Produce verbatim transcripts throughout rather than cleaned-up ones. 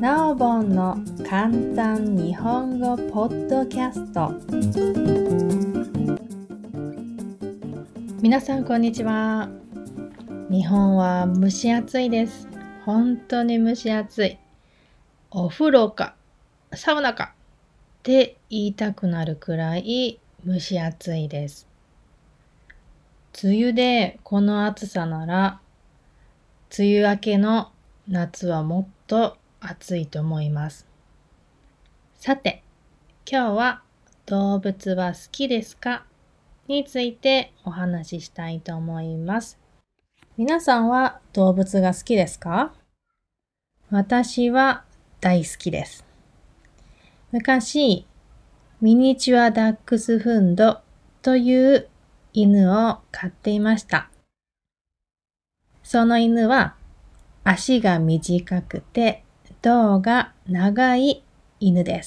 なおぼんの簡単日本語ポッドキャスト。皆さんこんにちは。日本は蒸し暑いです。本当に蒸し暑い。お風呂かサウナかって言いたくなるくらい蒸し暑いです。梅雨でこの暑さなら梅雨明けの夏はもっと暑いと思います。さて、今日は動物は好きですかについてお話ししたいと思います。皆さんは動物が好きですか？私は大好きです。昔、ミニチュアダックスフンドという犬を飼っていました。その犬は足が短くて胴が長い犬です。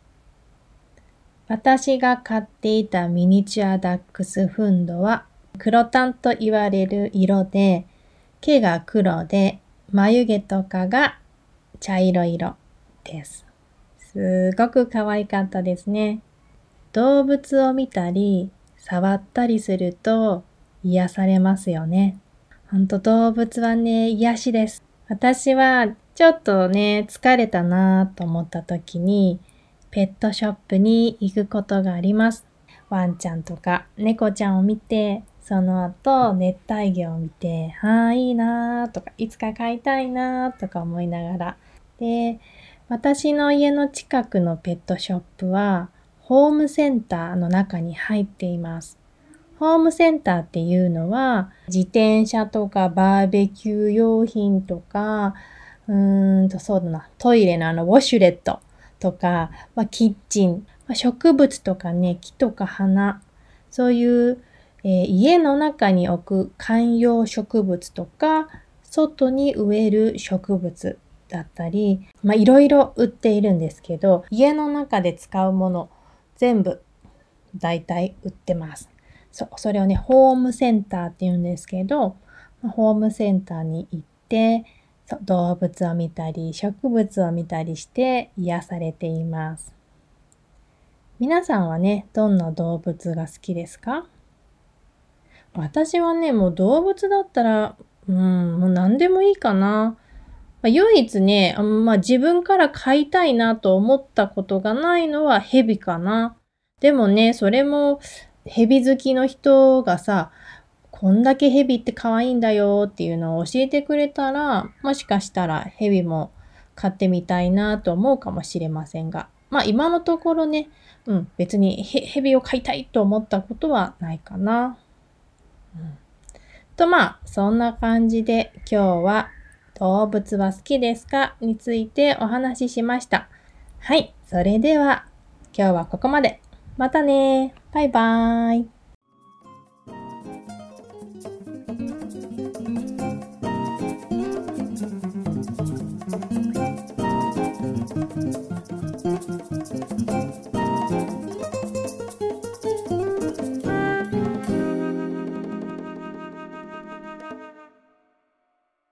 私が飼っていたミニチュアダックスフンドは黒タンと言われる色で、毛が黒で眉毛とかが茶色色です。すごく可愛かったですね。動物を見たり触ったりすると癒されますよね。ほんと動物はね、癒しです。私はちょっとね、疲れたなと思った時にペットショップに行くことがあります。ワンちゃんとか猫ちゃんを見て、その後熱帯魚を見て、ああいいなーとか、いつか飼いたいなーとか思いながら。で、私の家の近くのペットショップはホームセンターの中に入っています。ホームセンターっていうのは自転車とかバーベキュー用品とか、うーんとそうだな、トイレのあのウォシュレットとか、まあ、キッチン、まあ、植物とかね、木とか花、そういう、えー、家の中に置く観葉植物とか、外に植える植物だったり、まあいろいろ売っているんですけど、家の中で使うもの全部だいたい売ってます。そ, それをね、ホームセンターって言うんですけど、ホームセンターに行って、動物を見たり、植物を見たりして癒されています。皆さんはね、どんな動物が好きですか？私はね、もう動物だったら、うん、もう何でもいいかな。まあ、唯一ね、まあ、自分から飼いたいなと思ったことがないのはヘビかな。でもね、それもヘビ好きの人がさ、こんだけヘビって可愛いんだよっていうのを教えてくれたら、もしかしたらヘビも飼ってみたいなと思うかもしれませんが、まあ今のところね、うん、別にヘ、ヘビを飼いたいと思ったことはないかな。うん、とまあ、そんな感じで今日は動物は好きですかについてお話ししました。はい、それでは今日はここまで。またね。バイバーイ。